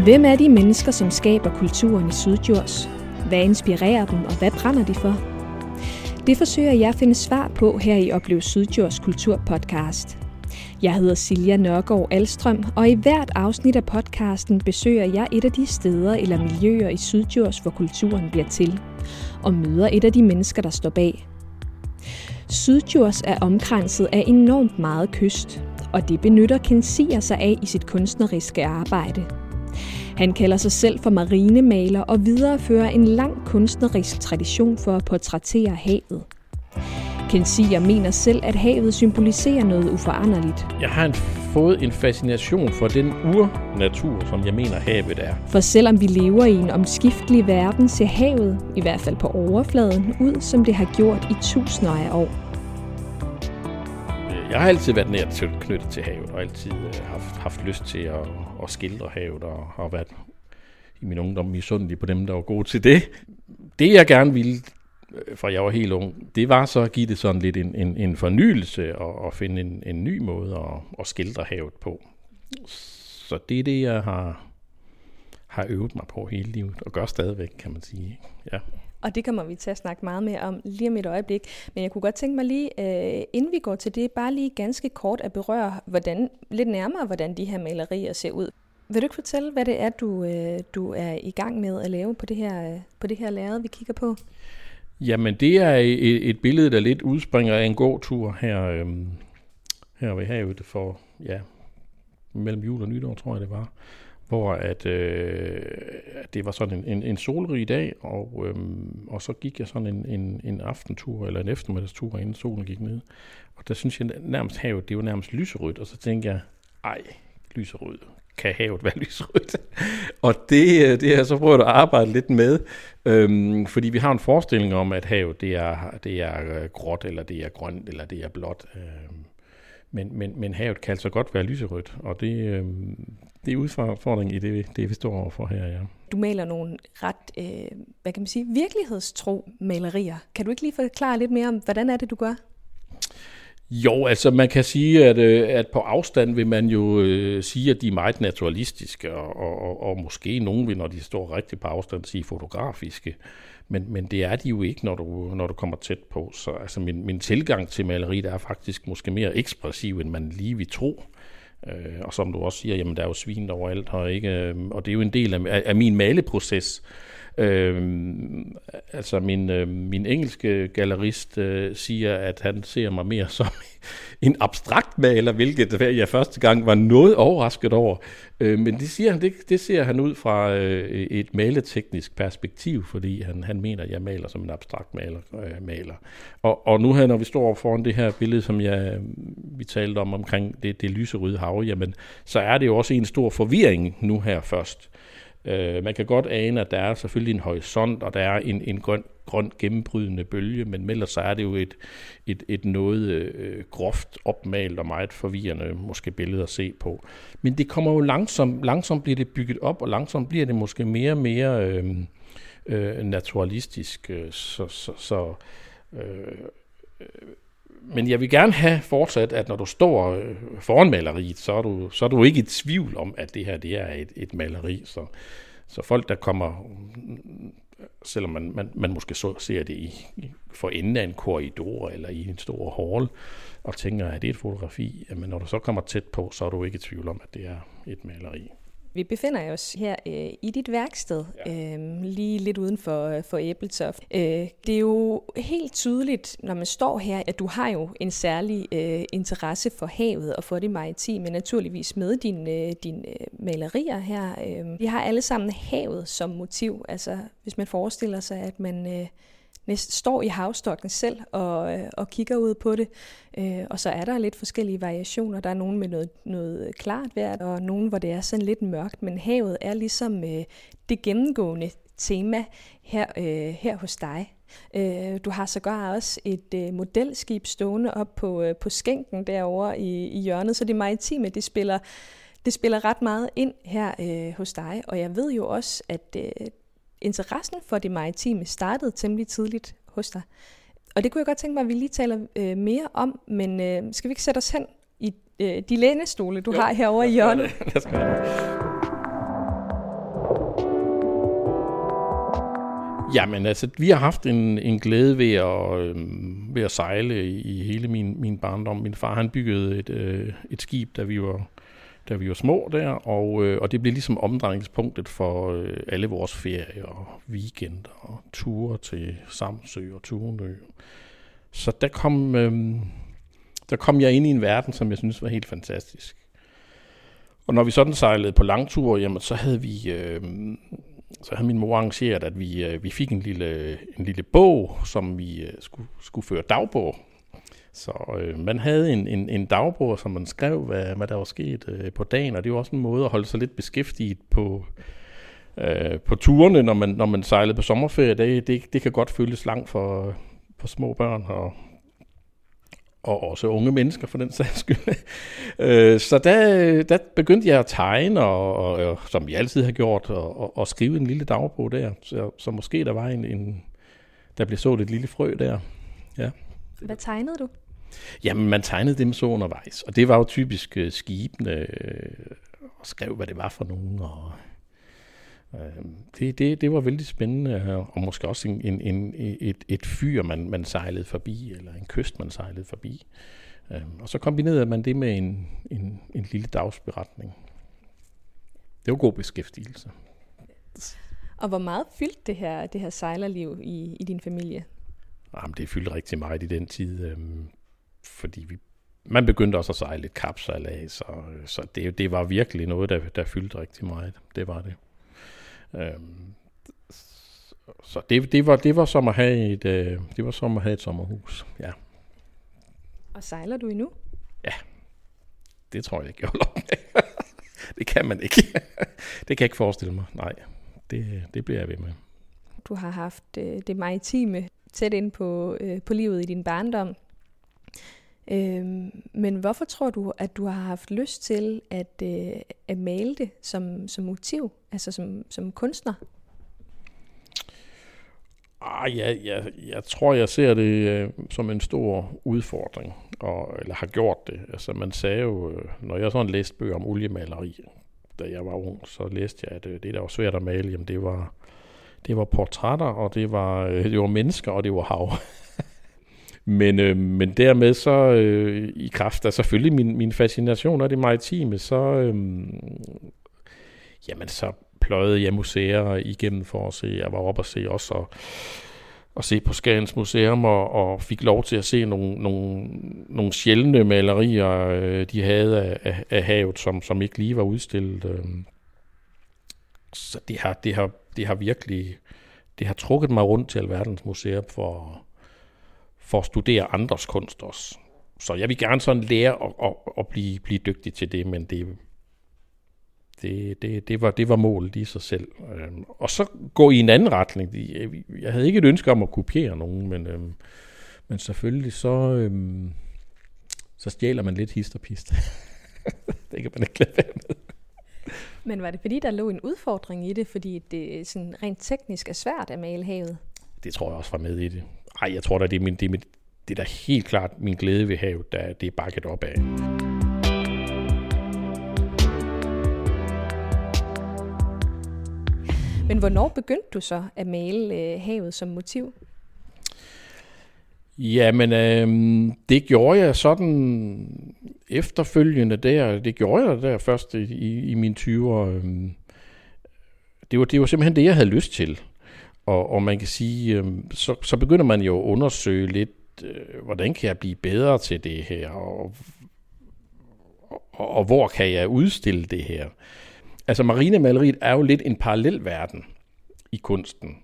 Hvem er de mennesker, som skaber kulturen i Syddjurs? Hvad inspirerer dem, og hvad brænder de for? Det forsøger jeg at finde svar på her i Oplev Syddjurs Kulturpodcast. Jeg hedder Silja Nørgaard Alstrøm, og i hvert afsnit af podcasten besøger jeg et af de steder eller miljøer i Syddjurs, hvor kulturen bliver til, og møder et af de mennesker, der står bag. Syddjurs er omkranset af enormt meget kyst, og det benytter Ken Sier sig af i sit kunstneriske arbejde. Han kalder sig selv for marinemaler og viderefører en lang kunstnerisk tradition for at portrættere havet. Ken Sier mener selv, at havet symboliserer noget uforanderligt. Jeg har fået en fascination for den urnatur, som jeg mener havet er. For selvom vi lever i en omskiftelig verden, ser havet, i hvert fald på overfladen, ud som det har gjort i tusinder af år. Jeg har altid været nært knyttet til havet, og altid haft lyst til at skildre havet, og har været i min ungdom misundelig på dem, der var gode til det. Det jeg gerne ville, fra jeg var helt ung, det var så at give det sådan lidt en fornyelse, og finde en ny måde at skildre havet på. Så det er det, jeg har øvet mig på hele livet, og gør stadigvæk, kan man sige. Ja. Og det kommer vi til at snakke meget mere om lige om et øjeblik. Men jeg kunne godt tænke mig lige, inden vi går til det, bare lige ganske kort at berøre lidt nærmere, hvordan de her malerier ser ud. Vil du ikke fortælle, hvad det er, du er i gang med at lave på det her lærred, vi kigger på? Jamen, det er et billede, der lidt udspringer af en gåtur her ved havet for, mellem jul og nytår, tror jeg det var. Hvor at det var sådan en solrig dag, og så gik jeg sådan en aftentur, eller en eftermiddagstur, inden solen gik ned. Og der synes jeg nærmest havet, det var nærmest lyserødt, og så tænkte jeg, lyserødt, kan havet være lyserødt? Og det har jeg så prøvet at arbejde lidt med, fordi vi har en forestilling om, at havet det er gråt, eller det er grønt, eller det er blåt. Men havet kan altså godt være lyserødt, og det er udfordringen i det, vi står overfor her, ja. Du maler nogle ret, virkelighedstro malerier. Kan du ikke lige forklare lidt mere om, hvordan er det, du gør? Jo, altså man kan sige, at på afstand vil man jo sige, at de er meget naturalistiske, og måske nogen vil, når de står rigtig på afstand, sige fotografiske. Men det er de jo ikke, når du kommer tæt på. Så altså min tilgang til maleriet er faktisk måske mere ekspressiv, end man lige vil tro. Og som du også siger, jamen der er jo svin overalt her, ikke? Og det er jo en del af min maleproces. Altså min engelske gallerist siger, at han ser mig mere som en abstrakt maler, hvilket jeg første gang var noget overrasket over. Men det siger han, det ser han ud fra et maleteknisk perspektiv, fordi han mener, at jeg maler som en abstrakt maler. Og nu her, når vi står foran det her billede, som vi talte om omkring det lyserøde hav, jamen, så er det jo også en stor forvirring nu her først. Man kan godt ane, at der er selvfølgelig en horisont, og der er en grøn gennembrydende bølge, men ellers så er det jo et noget groft opmalt og meget forvirrende måske billede at se på. Men det kommer jo langsomt bliver det bygget op, og langsomt bliver det måske mere og mere naturalistisk. Men jeg vil gerne have fortsat, at når du står foran maleriet, så er du ikke i tvivl om, at det her det er et maleri. Så folk, der kommer, selvom man måske ser det for enden af en korridor eller i en stor hall, og tænker, at det er et fotografi, men når du så kommer tæt på, så er du ikke i tvivl om, at det er et maleri. Vi befinder os her i dit værksted, lige lidt uden for Ebeltoft. Det er jo helt tydeligt, når man står her, at du har jo en særlig interesse for havet og for det maritime, naturligvis med dine malerier her. Vi har alle sammen havet som motiv. Altså, hvis man forestiller sig, at man næsten står i havstokken selv og kigger ud på det. Og så er der lidt forskellige variationer. Der er nogen med noget klart vejr, og nogen, hvor det er sådan lidt mørkt. Men havet er ligesom det gennemgående tema her hos dig. Du har sågar også et modelskib stående op på skænken derovre i hjørnet, så det maritime, det spiller ret meget ind her hos dig. Og jeg ved jo også, at interessen for det maritime startede temmelig tidligt hos dig. Og det kunne jeg godt tænke mig, at vi lige taler mere om, men skal vi ikke sætte os hen i de lænestole, du har herovre i hjørnet? Det skal jeg. Jamen altså, vi har haft en glæde ved at sejle i hele min barndom. Min far, han byggede et skib, da vi var små der, og det blev ligesom omdrejningspunktet for alle vores ferier og weekender og ture til Samsø og Tunø. Så der kom jeg ind i en verden, som jeg synes var helt fantastisk. Og når vi sådan sejlede på langture, jamen så havde min mor arrangeret, at vi fik en lille bog, som vi skulle føre dagbog. Så man havde en dagbog, som man skrev, hvad der var sket på dagen, og det var også en måde at holde sig lidt beskæftiget på turene, når man sejlede på sommerferie. Det kan godt føles langt for små børn og også unge mennesker for den sags skyld. Så der begyndte jeg at tegne, og som vi altid har gjort, og skrive en lille dagbog der. Så måske der var der blev sået et lille frø der. Ja. Hvad tegnede du? Jamen, man tegnede dem så undervejs, og det var jo typisk skibene, og skrev, hvad det var for nogen, og det var vældig spændende, og måske også et fyr, man sejlede forbi, eller en kyst, man sejlede forbi. Og så kombinerede man det med en lille dagsberetning. Det var god beskæftigelse. Og hvor meget fyldte det her sejlerliv i din familie? Jamen, det fyldte rigtig meget i den tid, fordi man begyndte også at sejle lidt kapsejlads, så det var virkelig noget, der fyldte rigtig meget. Det var det. Så det var som at have et sommerhus, ja. Og sejler du endnu? Ja, det tror jeg ikke, jeg holder op med. Det kan man ikke. Det kan jeg ikke forestille mig. Nej, det bliver jeg ved med. Du har haft det maritime tæt ind på livet i din barndom. Men hvorfor tror du, at du har haft lyst til at male det som motiv, altså som kunstner? Jeg tror, jeg ser det som en stor udfordring, eller har gjort det. Altså man sagde jo, når jeg sådan læste bøger om oliemaleri, da jeg var ung, så læste jeg, at det der var svært at male, jamen det var portrætter, og det var mennesker, og det var hav. Men dermed så i kraft af selvfølgelig min fascination af det maritime, så pløjede jeg museer igennem for at se. Jeg var oppe og se også og se på Skagens Museum og fik lov til at se nogle sjældne malerier, de havde af havet, som ikke lige var udstillet. Så det har virkelig trukket mig rundt til alverdens museer for at studere andres kunst også. Så jeg vil gerne sådan lære at blive dygtig til det, men det var målet i sig selv. Og så gå i en anden retning. Jeg havde ikke et ønske om at kopiere nogen, men selvfølgelig så stjæler man lidt hist og pist. Det kan man ikke lade være med. Men var det fordi, der lå en udfordring i det, fordi det sådan rent teknisk er svært at male havet? Det tror jeg også var med i det. Jeg tror da, det er da helt klart min glæde ved havet, det er bakket op af. Men hvornår begyndte du så at male havet som motiv? Jamen, det gjorde jeg sådan efterfølgende der. Det gjorde jeg der først i mine 20'er. Det var simpelthen det, jeg havde lyst til. Og man kan sige, så begynder man jo at undersøge lidt, hvordan kan jeg blive bedre til det her, og hvor kan jeg udstille det her. Altså marinemaleriet er jo lidt en parallel verden i kunsten.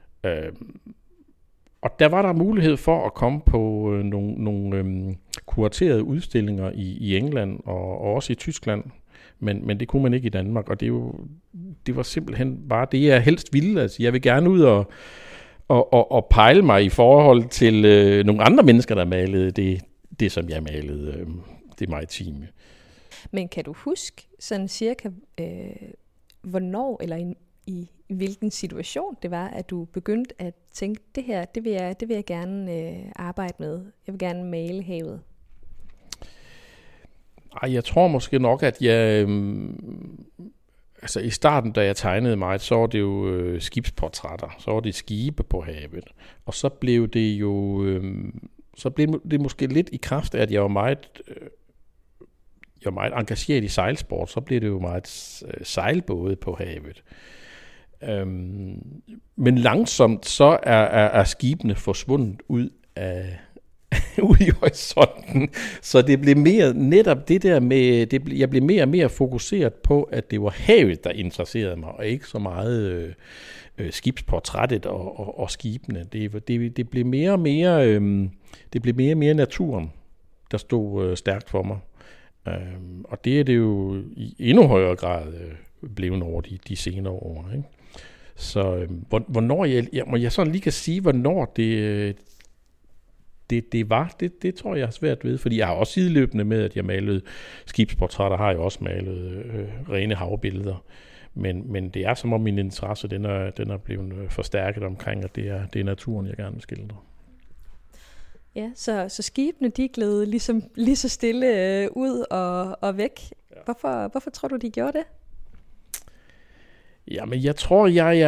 Og der var der mulighed for at komme på nogle kuraterede udstillinger i England og også i Tyskland, men det kunne man ikke i Danmark, og det var simpelthen bare det, jeg helst ville. Altså, jeg vil gerne ud og pejle mig i forhold til nogle andre mennesker, der malede det som jeg malede, det maritime. Men kan du huske sådan cirka, hvornår eller i hvilken situation det var, at du begyndte at tænke, det her, det vil jeg gerne arbejde med. Jeg vil gerne male havet. Jeg tror måske nok, at Altså i starten, da jeg tegnede meget, så var det jo skibsportrætter. Så var det skibe på havet. Og så blev det jo... så blev det måske lidt i kraft af, at jeg var meget engageret i sejlsport. Så blev det jo meget sejlbåde på havet. Men langsomt så er skibene forsvundet ud i horisonten, så det blev mere netop det der med, jeg blev mere og mere fokuseret på, at det var havet, der interesserede mig, og ikke så meget skibsportrættet og skibene. Det blev mere og mere naturen, der stod stærkt for mig. Og det er det jo i endnu højere grad blevet over de senere år, ikke? Så hvornår må jeg sådan lige kan sige, hvornår det var, det tror jeg er svært ved, fordi jeg har også sideløbende med, at jeg malede skibsportrætter, har jeg også malet rene havbilleder. Men det er som om min interesse, den er blevet forstærket omkring, at det er naturen, jeg gerne vil skildre. Ja, så skibene, de gled ligesom lige så stille ud og væk. Ja. Hvorfor tror du, de gjorde det? Jamen, jeg tror,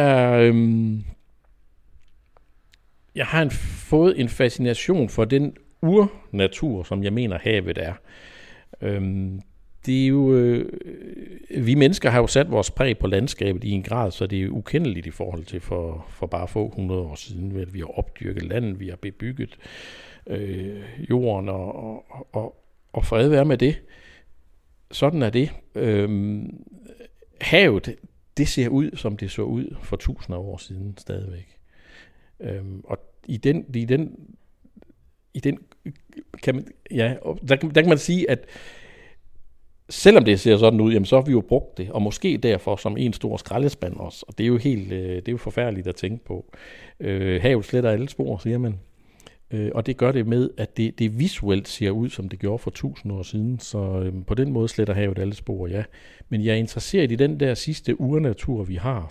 jeg har fået en fascination for den urnatur, som jeg mener, havet er. Det er jo, vi mennesker har jo sat vores præg på landskabet i en grad, så det er ukendeligt i forhold til for bare få 100 år siden, at vi har opdyrket landet, vi har bebygget jorden, og fred være med det. Sådan er det. Havet, det ser ud, som det så ud for tusinder af år siden stadigvæk. Og i den kan man, ja, der kan man sige, at selvom det ser sådan ud, jamen, så har vi jo brugt det, og måske derfor som en stor skraldespand også. Og det er jo det er jo forfærdeligt at tænke på. Havet sletter alle spor, siger man. Og det gør det med, at det visuelt ser ud, som det gjorde for 1000 år siden. Så på den måde sletter havet alle spor, ja. Men jeg er interesseret i den der sidste urnatur, vi har,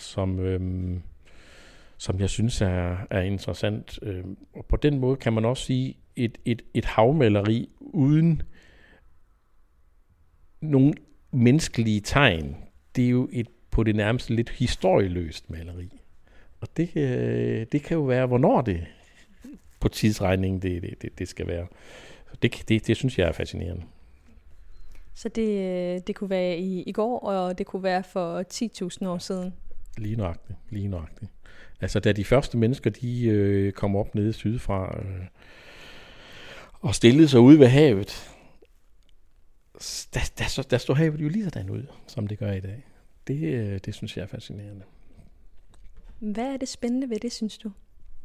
som jeg synes er interessant. Og på den måde kan man også sige, et havmaleri uden nogle menneskelige tegn, det er jo på det nærmeste lidt historieløst maleri. Og det kan jo være, hvornår det på tidsregningen det skal være. Det synes jeg er fascinerende. Så det kunne være i går, og det kunne være for 10.000 år siden? Lige nøjagtigt. Altså da de første mennesker, de kom op nede sydfra og stillede sig ude ved havet, der står havet jo lige sådan ud, som det gør i dag. Det synes jeg er fascinerende. Hvad er det spændende ved det, synes du?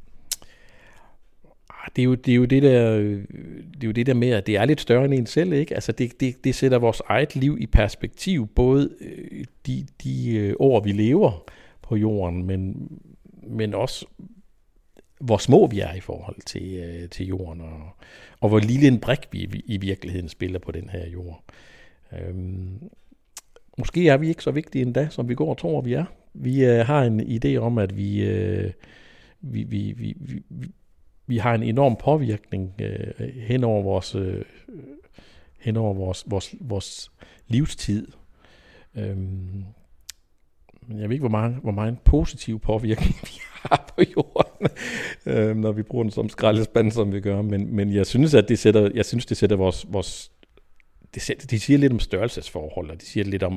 Det er jo det der med, at det er lidt større end en selv, ikke? Altså det sætter vores eget liv i perspektiv, både de år, vi lever på jorden, men også hvor små vi er i forhold til jorden, og hvor lille en brik vi i virkeligheden spiller på den her jord. Måske er vi ikke så vigtige endda, som vi går og tror, vi er. Vi har en idé om, at vi har en enorm påvirkning hen over vores livstid. Men jeg ved ikke, hvor meget positiv påvirkning vi har på jorden, når vi bruger den som skraldespand, som vi gør. Men jeg synes, at det sætter vores det siger lidt om størrelsesforhold, og det siger lidt om,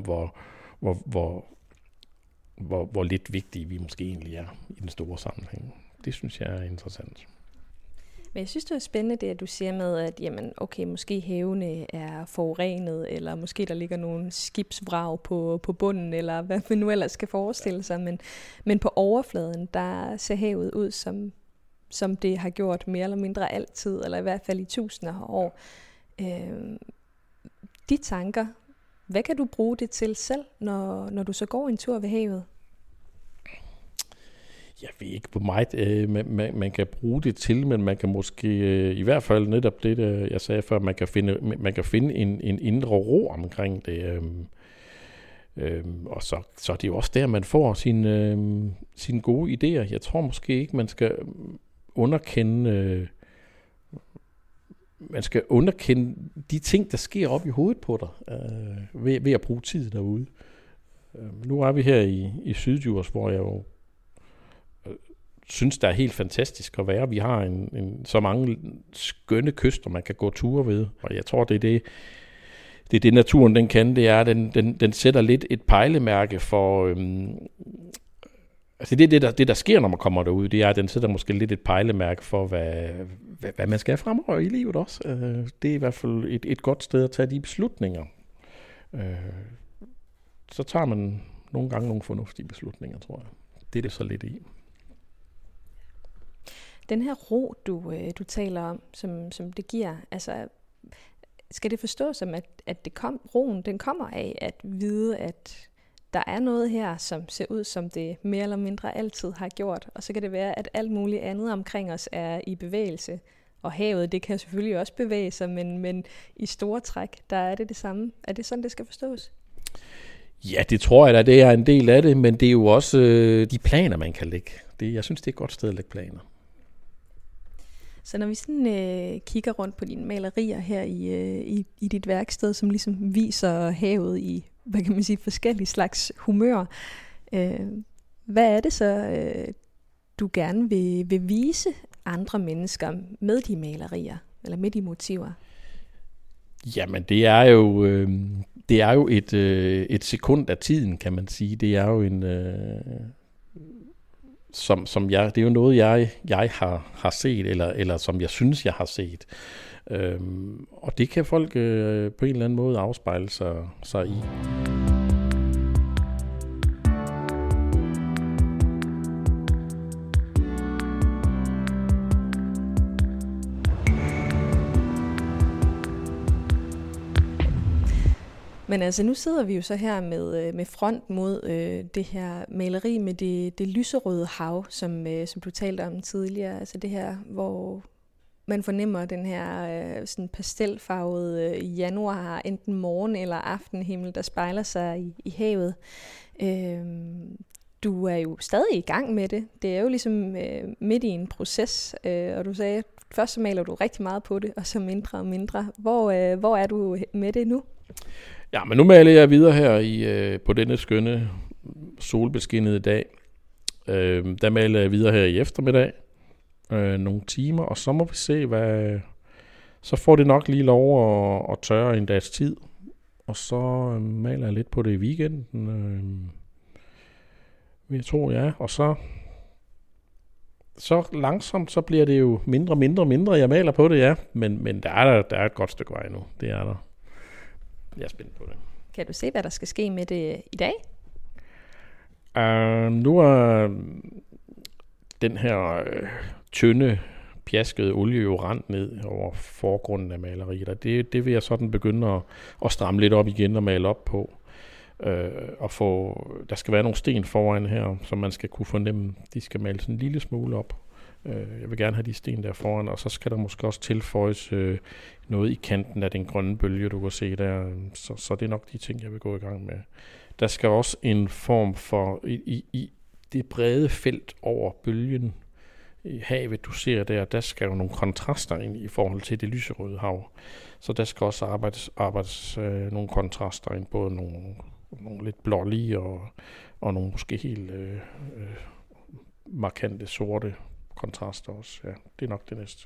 hvor lidt vigtige vi måske egentlig er i den store sammenhæng. Det synes jeg er interessant. Men jeg synes, det er spændende, det at du siger med, at jamen, okay, måske havene er forurenet, eller måske der ligger nogle skibsvrag på bunden, eller hvad man nu ellers skal forestille sig. Men på overfladen, der ser havet ud, som det har gjort mere eller mindre altid, eller i hvert fald i tusinder af år. De tanker, hvad kan du bruge det til selv, når du så går en tur ved havet? Jeg ved ikke, hvor meget man kan bruge det til, men man kan måske i hvert fald netop det, jeg sagde før, man kan finde en indre ro omkring det. Og så er det jo også der, man får sine gode idéer. Jeg tror måske ikke, man skal underkende de ting, der sker op i hovedet på dig, ved at bruge tid derude. Nu er vi her i Syddjurs, hvor jeg jo synes, det er helt fantastisk at være. Vi har så mange skønne kyster, man kan gå ture ved, og jeg tror, det er det naturen den kan, det er, den sætter lidt et pejlemærke for... altså det der sker, når man kommer derud, det er, at den sætter måske lidt et pejlemærke for, hvad man skal have fremover i livet også. Det er i hvert fald et godt sted at tage de beslutninger. Så tager man nogle gange nogle fornuftige beslutninger, tror jeg. Det er det så lidt i. Den her ro, du taler om, som det giver, altså skal det forstås som, at roen den kommer af at vide, at der er noget her, som ser ud, som det mere eller mindre altid har gjort, og så kan det være, at alt muligt andet omkring os er i bevægelse, og havet, det kan selvfølgelig også bevæge sig, men i store træk, der er det samme. Er det sådan, det skal forstås? Ja, det tror jeg da, det er en del af det, men det er jo også de planer, man kan lægge. Jeg synes, det er et godt sted at lægge planer. Så når vi sådan kigger rundt på dine malerier her i dit værksted, som ligesom viser havet i, hvad kan man sige, forskellige slags humør, hvad er det så, du gerne vil vise andre mennesker med de malerier, eller med de motiver? Jamen, det er jo et sekund af tiden, kan man sige. Det er jo det er jo noget, jeg har set, eller som jeg synes, jeg har set. Og det kan folk på en eller anden måde afspejle sig i. Men altså, nu sidder vi jo så her med front mod det her maleri med det lyserøde hav, som du talte om tidligere. Altså det her, hvor man fornemmer den her sådan pastelfarvede januar, enten morgen- eller aftenhimmel, der spejler sig i havet. Du er jo stadig i gang med det. Det er jo ligesom midt i en proces, og du sagde, først så maler du rigtig meget på det, og så mindre og mindre. Hvor er du med det nu? Ja, men nu maler jeg videre her på denne skønne solbeskinnede dag. Der maler jeg videre her i eftermiddag. Nogle timer, og så må vi se, så får det nok lige lov at tørre en dags tid. Og så maler jeg lidt på det i weekenden. Jeg tror, ja. Og så langsomt, så bliver det jo mindre, jeg maler på det, ja. Men der er et godt stykke vej nu. Det er der. Jeg er spændt på det. Kan du se, hvad der skal ske med det i dag? Nu er den her tynde, pjaskede olie jo rendt ned over forgrunden af maleriet. Og det vil jeg sådan begynde at stramme lidt op igen og male op på. Der skal være nogle sten foran her, som man skal kunne fornemme. De skal males en lille smule op. Jeg vil gerne have de sten der foran, og så skal der måske også tilføjes noget i kanten af den grønne bølge, du kan se der. Så det er nok de ting, jeg vil gå i gang med. Der skal også en form for, i det brede felt over bølgen, i havet, du ser der skal jo nogle kontraster ind i forhold til det lyserøde hav. Så der skal også arbejdes nogle kontraster ind, både nogle lidt blålige og nogle måske helt markante sorte kontraster også. Ja, det er nok det næste.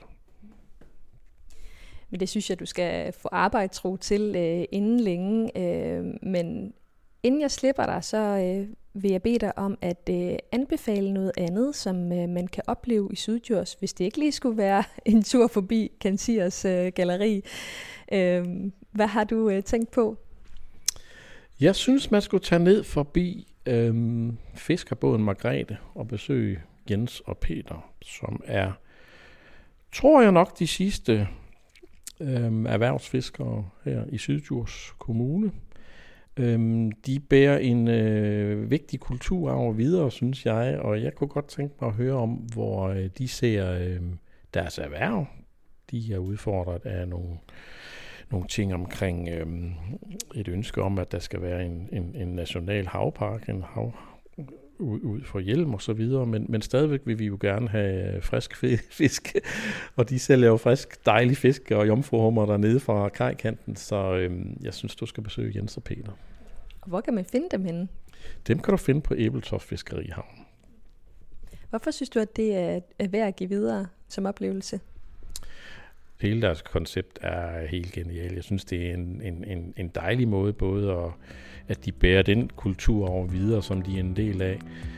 Men det synes jeg, du skal få arbejdstro til inden længe. Men inden jeg slipper dig, så vil jeg bede dig om at anbefale noget andet, som man kan opleve i Syddjurs, hvis det ikke lige skulle være en tur forbi Kantiers galleri. Hvad har du tænkt på? Jeg synes, man skulle tage ned forbi fiskerbåden Margrethe og besøge Jens og Peter, som er, tror jeg nok, de sidste erhvervsfiskere her i Syddjurs Kommune. De bærer en vigtig kulturarv videre, synes jeg, og jeg kunne godt tænke mig at høre om, hvor de ser deres erhverv. De er udfordret af nogle ting omkring et ønske om, at der skal være en national havpark, en hav ud for Hjelm og så videre, men stadigvæk vil vi jo gerne have frisk fisk, og de sælger jo frisk, dejlig fisk og jomfruhummer dernede fra kajkanten, så jeg synes, du skal besøge Jens og Peter. Og hvor kan man finde dem henne? Dem kan du finde på Ebeltoft Fiskerihavn. Hvorfor synes du, at det er værd at give videre som oplevelse? Hele deres koncept er helt genialt. Jeg synes, det er en dejlig måde, både at de bærer den kultur over videre, som de er en del af,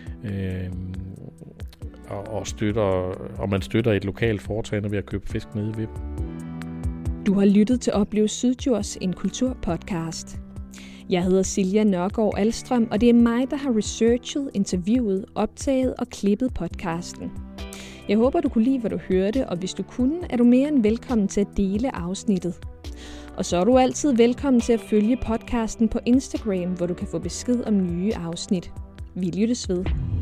og man støtter et lokalt foretagende ved at købe fisk nede ved dem. Du har lyttet til Oplev Syddjurs, en kulturpodcast. Jeg hedder Silja Nørgaard Alstrøm, og det er mig, der har researchet, interviewet, optaget og klippet podcasten. Jeg håber, du kunne lide, hvad du hørte, og hvis du kunne, er du mere end velkommen til at dele afsnittet. Og så er du altid velkommen til at følge podcasten på Instagram, hvor du kan få besked om nye afsnit. Vi lyttes ved.